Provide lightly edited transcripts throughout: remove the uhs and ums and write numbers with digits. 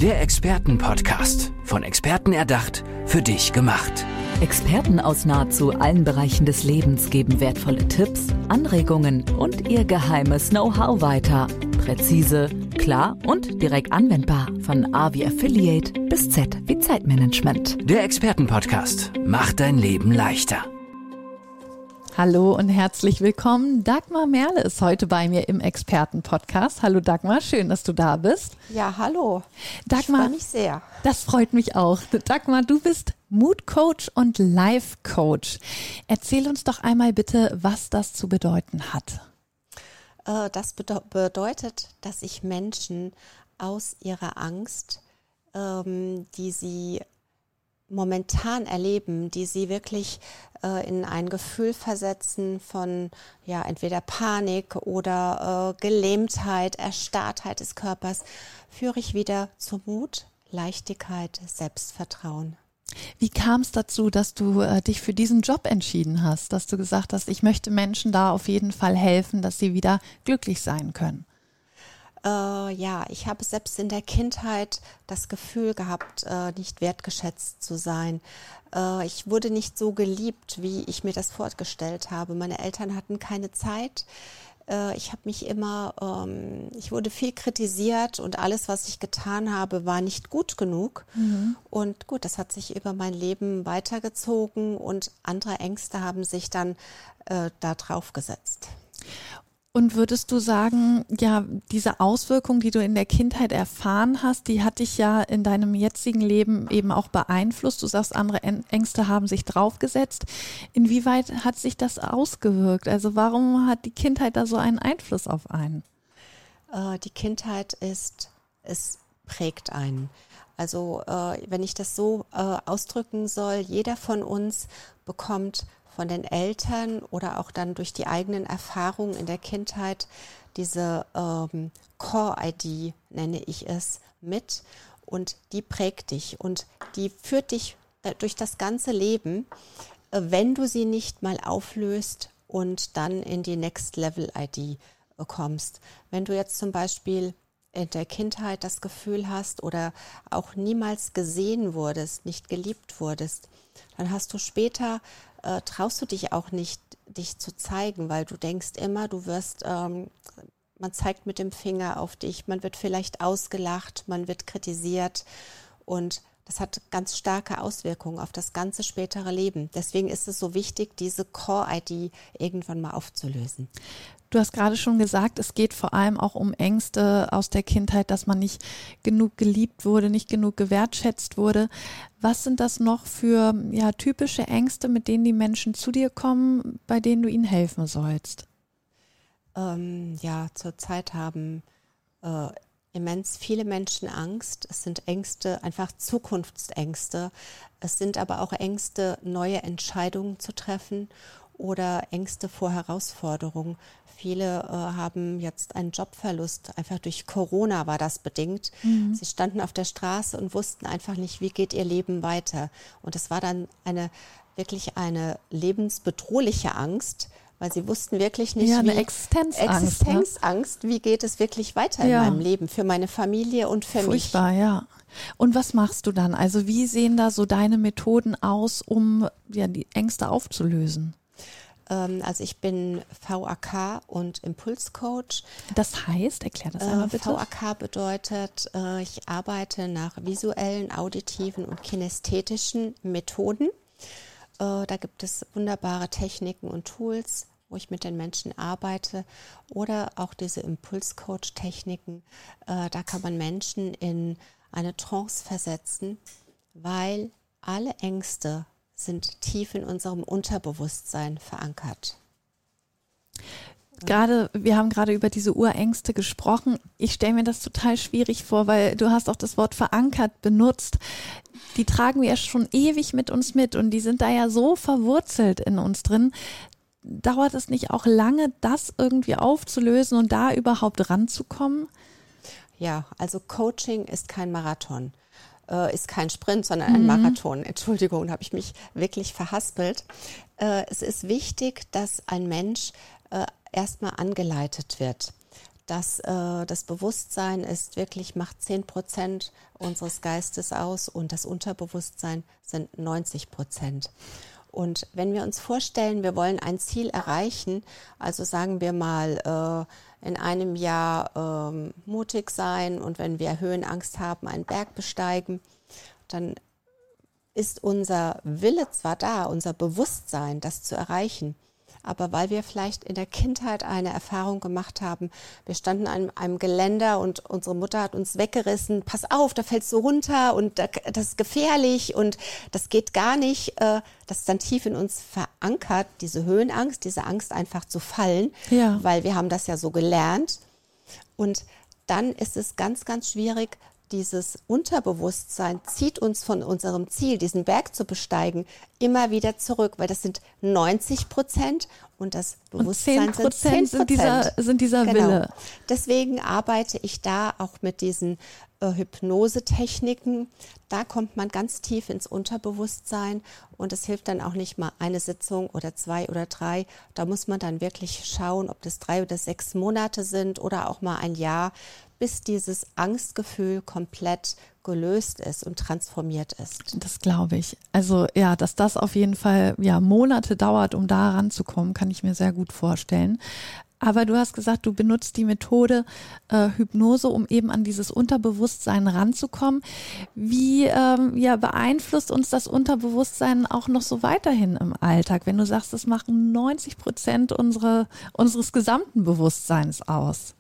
Der Expertenpodcast. Von Experten erdacht, für dich gemacht. Experten aus nahezu allen Bereichen des Lebens geben wertvolle Tipps, Anregungen und ihr geheimes Know-how weiter. Präzise, klar und direkt anwendbar. Von A wie Affiliate bis Z wie Zeitmanagement. Der Expertenpodcast macht dein Leben leichter. Hallo und herzlich willkommen. Dagmar Merle ist heute bei mir im Expertenpodcast. Hallo Dagmar, schön, dass du da bist. Ja, hallo. Dagmar, ich freue mich sehr. Das freut mich auch. Dagmar, du bist Mood-Coach und Life-Coach. Erzähl uns doch einmal bitte, was das zu bedeuten hat. Das bedeutet, dass ich Menschen aus ihrer Angst, die sie momentan erleben, die sie wirklich in ein Gefühl versetzen von entweder Panik oder Gelähmtheit, Erstarrtheit des Körpers, führe ich wieder zu Mut, Leichtigkeit, Selbstvertrauen. Wie kam es dazu, dass du dich für diesen Job entschieden hast, dass du gesagt hast, ich möchte Menschen da auf jeden Fall helfen, dass sie wieder glücklich sein können? Ich habe selbst in der Kindheit das Gefühl gehabt, nicht wertgeschätzt zu sein. Ich wurde nicht so geliebt, wie ich mir das vorgestellt habe. Meine Eltern hatten keine Zeit. Ich wurde viel kritisiert und alles, was ich getan habe, war nicht gut genug. Mhm. Und gut, das hat sich über mein Leben weitergezogen und andere Ängste haben sich dann da drauf gesetzt. Und würdest du sagen, diese Auswirkung, die du in der Kindheit erfahren hast, die hat dich ja in deinem jetzigen Leben eben auch beeinflusst. Du sagst, andere Ängste haben sich draufgesetzt. Inwieweit hat sich das ausgewirkt? Also warum hat die Kindheit da so einen Einfluss auf einen? Die Kindheit es prägt einen. Also wenn ich das so ausdrücken soll, jeder von uns bekommt von den Eltern oder auch dann durch die eigenen Erfahrungen in der Kindheit diese Core-ID, nenne ich es, mit und die prägt dich und die führt dich durch das ganze Leben, wenn du sie nicht mal auflöst und dann in die Next-Level-ID kommst. Wenn du jetzt zum Beispiel in der Kindheit das Gefühl hast oder auch niemals gesehen wurdest, nicht geliebt wurdest, dann hast du später traust du dich auch nicht, dich zu zeigen, weil du denkst immer, du wirst, man zeigt mit dem Finger auf dich, man wird vielleicht ausgelacht, man wird kritisiert und das hat ganz starke Auswirkungen auf das ganze spätere Leben. Deswegen ist es so wichtig, diese Core-ID irgendwann mal aufzulösen. Du hast gerade schon gesagt, es geht vor allem auch um Ängste aus der Kindheit, dass man nicht genug geliebt wurde, nicht genug gewertschätzt wurde. Was sind das noch für typische Ängste, mit denen die Menschen zu dir kommen, bei denen du ihnen helfen sollst? Zurzeit haben immens viele Menschen Angst. Es sind Ängste, einfach Zukunftsängste. Es sind aber auch Ängste, neue Entscheidungen zu treffen oder Ängste vor Herausforderungen. Viele haben jetzt einen Jobverlust, einfach durch Corona war das bedingt. Mhm. Sie standen auf der Straße und wussten einfach nicht, wie geht ihr Leben weiter. Und es war dann wirklich eine lebensbedrohliche Angst, weil sie wussten wirklich nicht, eine Existenzangst, wie geht es wirklich weiter in meinem Leben, für meine Familie und für mich. Furchtbar, ja. Und was machst du dann? Also wie sehen da so deine Methoden aus, um die Ängste aufzulösen? Also ich bin VAK und Impulscoach. Das heißt, erklär das einmal bitte. VAK bedeutet, ich arbeite nach visuellen, auditiven und kinästhetischen Methoden. Da gibt es wunderbare Techniken und Tools, wo ich mit den Menschen arbeite. Oder auch diese Impulscoach-Techniken. Da kann man Menschen in eine Trance versetzen, weil alle Ängste sind tief in unserem Unterbewusstsein verankert. Wir haben gerade über diese Urängste gesprochen. Ich stelle mir das total schwierig vor, weil du hast auch das Wort verankert benutzt. Die tragen wir ja schon ewig mit uns mit und die sind da ja so verwurzelt in uns drin. Dauert es nicht auch lange, das irgendwie aufzulösen und da überhaupt ranzukommen? Ja, also Coaching ist kein Marathon. Ist kein Sprint, sondern ein Marathon. Entschuldigung, habe ich mich wirklich verhaspelt. Es ist wichtig, dass ein Mensch erstmal angeleitet wird. dass das Bewusstsein macht 10% unseres Geistes aus und das Unterbewusstsein sind 90%. Und wenn wir uns vorstellen, wir wollen ein Ziel erreichen, also sagen wir mal in einem Jahr mutig sein und wenn wir Höhenangst haben, einen Berg besteigen, dann ist unser Wille zwar da, unser Bewusstsein, das zu erreichen, aber weil wir vielleicht in der Kindheit eine Erfahrung gemacht haben, wir standen an einem Geländer und unsere Mutter hat uns weggerissen, pass auf, da fällst du runter und das ist gefährlich und das geht gar nicht. Das ist dann tief in uns verankert, diese Höhenangst, diese Angst einfach zu fallen, weil wir haben das ja so gelernt. Und dann ist es ganz, ganz schwierig, dieses Unterbewusstsein zieht uns von unserem Ziel, diesen Berg zu besteigen, immer wieder zurück, weil das sind 90% und das Bewusstsein und 10% sind dieser Wille. Deswegen arbeite ich da auch mit diesen Hypnosetechniken. Da kommt man ganz tief ins Unterbewusstsein und es hilft dann auch nicht mal eine Sitzung oder 2 oder 3. Da muss man dann wirklich schauen, ob das 3 oder 6 Monate sind oder auch mal ein Jahr, bis dieses Angstgefühl komplett gelöst ist und transformiert ist. Das glaube ich. Also ja, dass das auf jeden Fall Monate dauert, um da ranzukommen, kann ich mir sehr gut vorstellen. Aber du hast gesagt, du benutzt die Methode Hypnose, um eben an dieses Unterbewusstsein ranzukommen. Wie beeinflusst uns das Unterbewusstsein auch noch so weiterhin im Alltag, wenn du sagst, das machen 90% unseres gesamten Bewusstseins aus?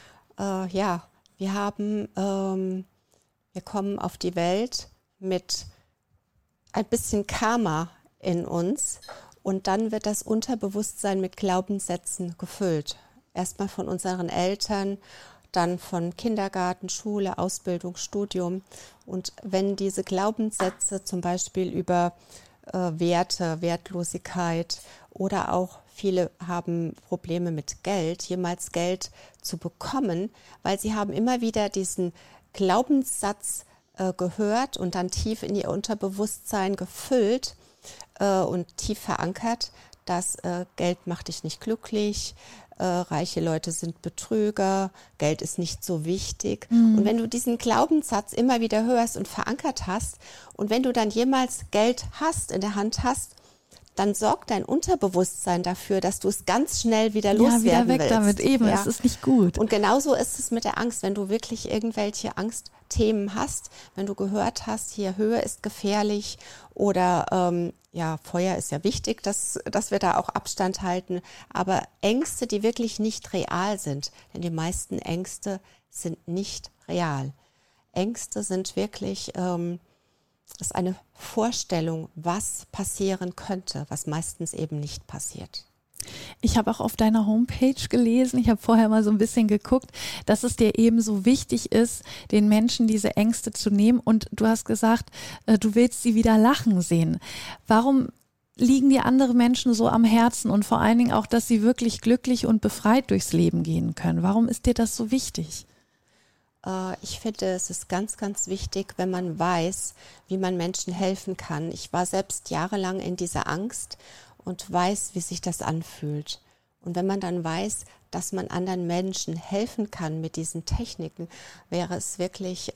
Wir kommen auf die Welt mit ein bisschen Karma in uns und dann wird das Unterbewusstsein mit Glaubenssätzen gefüllt. Erstmal von unseren Eltern, dann von Kindergarten, Schule, Ausbildung, Studium. Und wenn diese Glaubenssätze zum Beispiel über Werte, Wertlosigkeit oder auch viele haben Probleme mit Geld, jemals Geld zu bekommen, weil sie haben immer wieder diesen Glaubenssatz gehört und dann tief in ihr Unterbewusstsein gefüllt und tief verankert, dass Geld macht dich nicht glücklich, reiche Leute sind Betrüger, Geld ist nicht so wichtig. Und wenn du diesen Glaubenssatz immer wieder hörst und verankert hast und wenn du dann jemals Geld hast, in der Hand hast, dann sorgt dein Unterbewusstsein dafür, dass du es ganz schnell wieder loswerden willst. Ja, wieder weg damit, eben, es ist nicht gut. Und genauso ist es mit der Angst, wenn du wirklich irgendwelche Angstthemen hast, wenn du gehört hast, hier Höhe ist gefährlich oder Feuer ist ja wichtig, dass wir da auch Abstand halten, aber Ängste, die wirklich nicht real sind, denn die meisten Ängste sind nicht real. Ängste sind wirklich das ist eine Vorstellung, was passieren könnte, was meistens eben nicht passiert. Ich habe auch auf deiner Homepage gelesen, ich habe vorher mal so ein bisschen geguckt, dass es dir eben so wichtig ist, den Menschen diese Ängste zu nehmen und du hast gesagt, du willst sie wieder lachen sehen. Warum liegen dir andere Menschen so am Herzen und vor allen Dingen auch, dass sie wirklich glücklich und befreit durchs Leben gehen können? Warum ist dir das so wichtig? Ich finde, es ist ganz, ganz wichtig, wenn man weiß, wie man Menschen helfen kann. Ich war selbst jahrelang in dieser Angst und weiß, wie sich das anfühlt. Und wenn man dann weiß, dass man anderen Menschen helfen kann mit diesen Techniken, wäre es wirklich,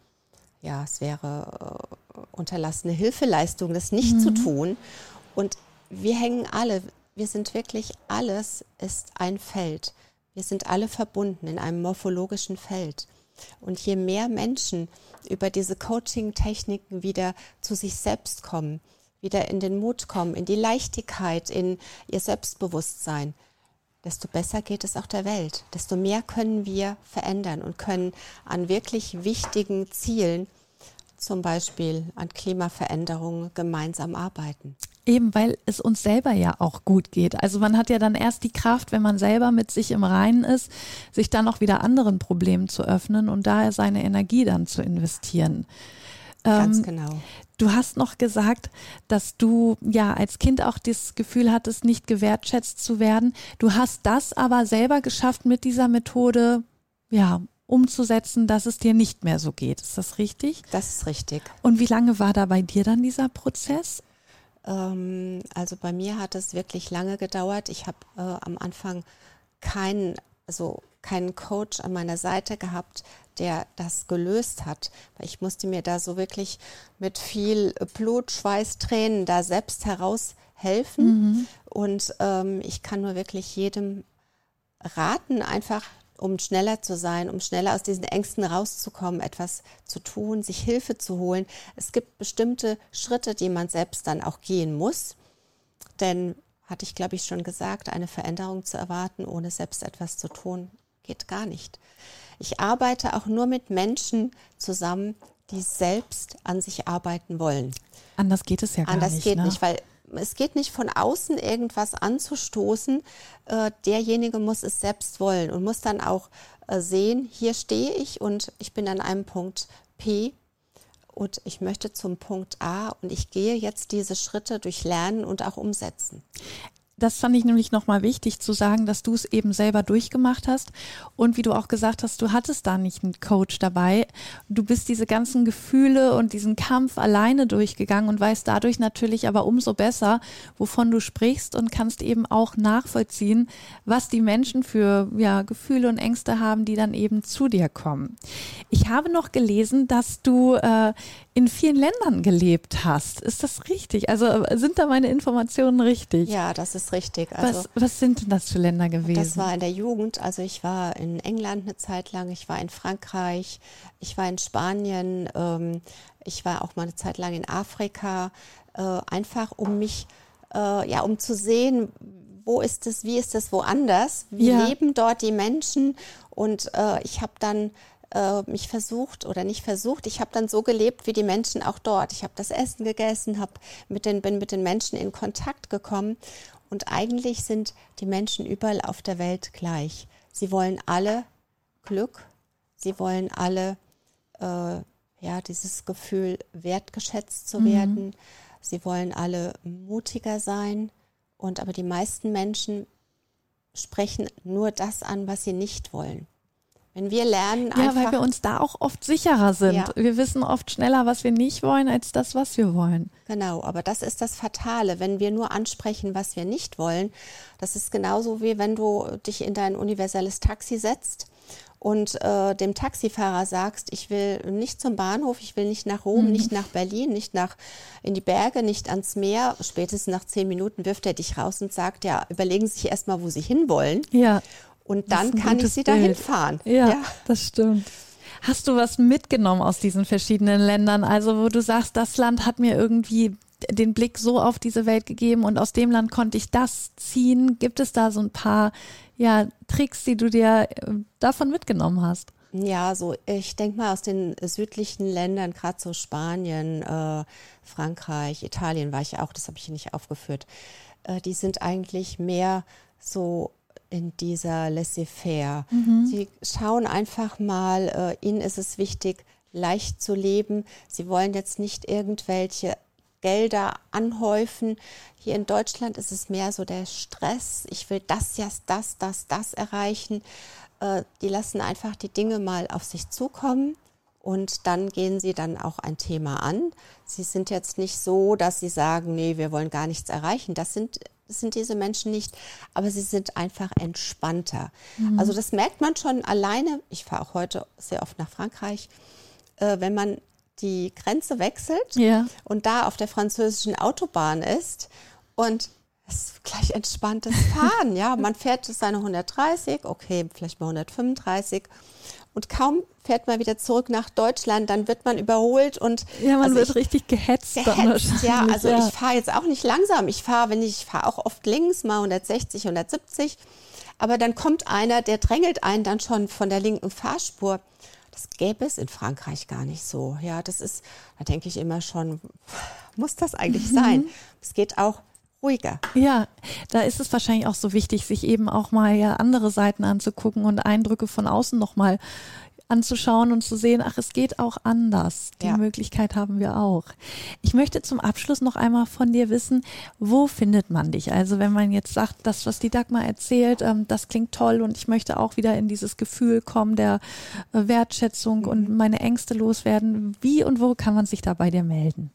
es wäre unterlassene Hilfeleistung, das nicht zu tun. Und wir hängen alle, wir sind wirklich, alles ist ein Feld. Wir sind alle verbunden in einem morphologischen Feld. Und je mehr Menschen über diese Coaching-Techniken wieder zu sich selbst kommen, wieder in den Mut kommen, in die Leichtigkeit, in ihr Selbstbewusstsein, desto besser geht es auch der Welt. Desto mehr können wir verändern und können an wirklich wichtigen Zielen, zum Beispiel an Klimaveränderungen, gemeinsam arbeiten. Eben, weil es uns selber ja auch gut geht. Also man hat ja dann erst die Kraft, wenn man selber mit sich im Reinen ist, sich dann auch wieder anderen Problemen zu öffnen und daher seine Energie dann zu investieren. Ganz genau. Du hast noch gesagt, dass du ja als Kind auch das Gefühl hattest, nicht gewertschätzt zu werden. Du hast das aber selber geschafft, mit dieser Methode umzusetzen, dass es dir nicht mehr so geht. Ist das richtig? Das ist richtig. Und wie lange war da bei dir dann dieser Prozess? Also bei mir hat es wirklich lange gedauert. Ich habe am Anfang keinen also keinen Coach an meiner Seite gehabt, der das gelöst hat. Weil ich musste mir da so wirklich mit viel Blut, Schweiß, Tränen da selbst heraushelfen. Und ich kann nur wirklich jedem raten, einfach um schneller zu sein, um schneller aus diesen Ängsten rauszukommen, etwas zu tun, sich Hilfe zu holen. Es gibt bestimmte Schritte, die man selbst dann auch gehen muss. Denn, hatte ich glaube ich schon gesagt, eine Veränderung zu erwarten, ohne selbst etwas zu tun, geht gar nicht. Ich arbeite auch nur mit Menschen zusammen, die selbst an sich arbeiten wollen. Anders geht es ja gar nicht. Anders geht nicht, weil es geht nicht von außen irgendwas anzustoßen. Derjenige muss es selbst wollen und muss dann auch sehen, hier stehe ich und ich bin an einem Punkt P und ich möchte zum Punkt A und ich gehe jetzt diese Schritte durch Lernen und auch umsetzen. Das fand ich nämlich nochmal wichtig zu sagen, dass du es eben selber durchgemacht hast und wie du auch gesagt hast, du hattest da nicht einen Coach dabei. Du bist diese ganzen Gefühle und diesen Kampf alleine durchgegangen und weißt dadurch natürlich aber umso besser, wovon du sprichst und kannst eben auch nachvollziehen, was die Menschen für Gefühle und Ängste haben, die dann eben zu dir kommen. Ich habe noch gelesen, dass du in vielen Ländern gelebt hast. Ist das richtig? Also sind da meine Informationen richtig? Ja, das ist richtig. Also, was sind denn das für Länder gewesen? Das war in der Jugend. Also ich war in England eine Zeit lang, ich war in Frankreich, ich war in Spanien, ich war auch mal eine Zeit lang in Afrika, einfach um mich, um zu sehen, wo ist es, wie ist es woanders, wie leben dort die Menschen und ich habe dann ich habe dann so gelebt wie die Menschen auch dort. Ich habe das Essen gegessen, bin mit den Menschen in Kontakt gekommen und eigentlich sind die Menschen überall auf der Welt gleich. Sie wollen alle Glück, sie wollen alle dieses Gefühl, wertgeschätzt zu werden. Sie wollen alle mutiger sein aber die meisten Menschen sprechen nur das an, was sie nicht wollen. Wenn wir lernen einfach... Ja, weil wir uns da auch oft sicherer sind. Ja. Wir wissen oft schneller, was wir nicht wollen, als das, was wir wollen. Genau, aber das ist das Fatale. Wenn wir nur ansprechen, was wir nicht wollen, das ist genauso wie wenn du dich in dein universelles Taxi setzt und dem Taxifahrer sagst, ich will nicht zum Bahnhof, ich will nicht nach Rom, nicht nach Berlin, nicht in die Berge, nicht ans Meer. Spätestens nach 10 Minuten wirft er dich raus und sagt, ja, überlegen Sie sich erstmal, wo Sie hinwollen. Ja. Und dann kann ich sie dahin fahren. Ja, das stimmt. Hast du was mitgenommen aus diesen verschiedenen Ländern? Also wo du sagst, das Land hat mir irgendwie den Blick so auf diese Welt gegeben und aus dem Land konnte ich das ziehen. Gibt es da so ein paar Tricks, die du dir davon mitgenommen hast? Ja, so ich denke mal aus den südlichen Ländern, gerade so Spanien, Frankreich, Italien war ich auch, das habe ich hier nicht aufgeführt. Die sind eigentlich mehr so in dieser Laissez-faire. Sie schauen einfach mal, ihnen ist es wichtig, leicht zu leben. Sie wollen jetzt nicht irgendwelche Gelder anhäufen. Hier in Deutschland ist es mehr so der Stress. Ich will das erreichen. Die lassen einfach die Dinge mal auf sich zukommen und dann gehen sie dann auch ein Thema an. Sie sind jetzt nicht so, dass sie sagen, nee, wir wollen gar nichts erreichen. Das sind diese Menschen nicht, aber sie sind einfach entspannter. Also das merkt man schon alleine. Ich fahre auch heute sehr oft nach Frankreich. Wenn man die Grenze wechselt und da auf der französischen Autobahn ist und es ist gleich entspanntes Fahren. Man fährt seine 130, okay, vielleicht mal 135 und kaum fährt man wieder zurück nach Deutschland, dann wird man überholt und man wird richtig gehetzt. Ich fahre jetzt auch nicht langsam. Ich fahre auch oft links, mal 160, 170. Aber dann kommt einer, der drängelt einen dann schon von der linken Fahrspur. Das gäbe es in Frankreich gar nicht so. Ja, da denke ich immer schon, muss das eigentlich sein? Es geht auch ruhiger. Ja, da ist es wahrscheinlich auch so wichtig, sich eben auch mal andere Seiten anzugucken und Eindrücke von außen nochmal anzuschauen und zu sehen, es geht auch anders. Die Möglichkeit haben wir auch. Ich möchte zum Abschluss noch einmal von dir wissen, wo findet man dich? Also wenn man jetzt sagt, das, was die Dagmar erzählt, das klingt toll und ich möchte auch wieder in dieses Gefühl kommen der Wertschätzung und meine Ängste loswerden. Wie und wo kann man sich da bei dir melden?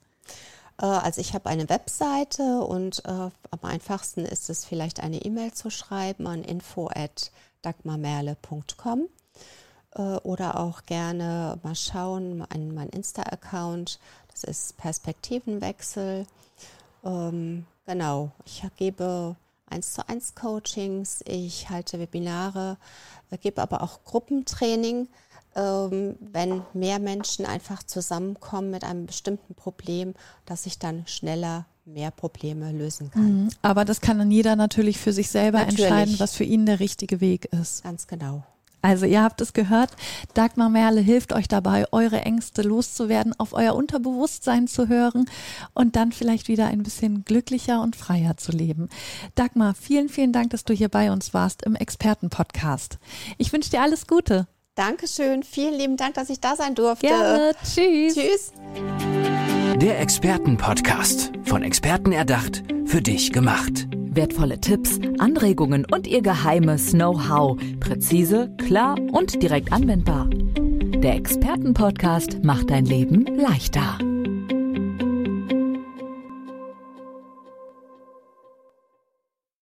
Also ich habe eine Webseite und am einfachsten ist es vielleicht eine E-Mail zu schreiben an dagmarmerle.com oder auch gerne mal schauen an meinen Insta-Account. Das ist Perspektivenwechsel. Genau, ich gebe 1:1 Coachings, ich halte Webinare, gebe aber auch Gruppentraining, wenn mehr Menschen einfach zusammenkommen mit einem bestimmten Problem, dass ich dann schneller mehr Probleme lösen kann. Aber das kann dann jeder natürlich für sich selber entscheiden, was für ihn der richtige Weg ist. Ganz genau. Also ihr habt es gehört, Dagmar Merle hilft euch dabei, eure Ängste loszuwerden, auf euer Unterbewusstsein zu hören und dann vielleicht wieder ein bisschen glücklicher und freier zu leben. Dagmar, vielen, vielen Dank, dass du hier bei uns warst im Expertenpodcast. Ich wünsche dir alles Gute. Dankeschön, vielen lieben Dank, dass ich da sein durfte. Gerne, tschüss. Tschüss. Der Expertenpodcast, von Experten erdacht, für dich gemacht. Wertvolle Tipps, Anregungen und ihr geheimes Know-how. Präzise, klar und direkt anwendbar. Der Expertenpodcast macht dein Leben leichter.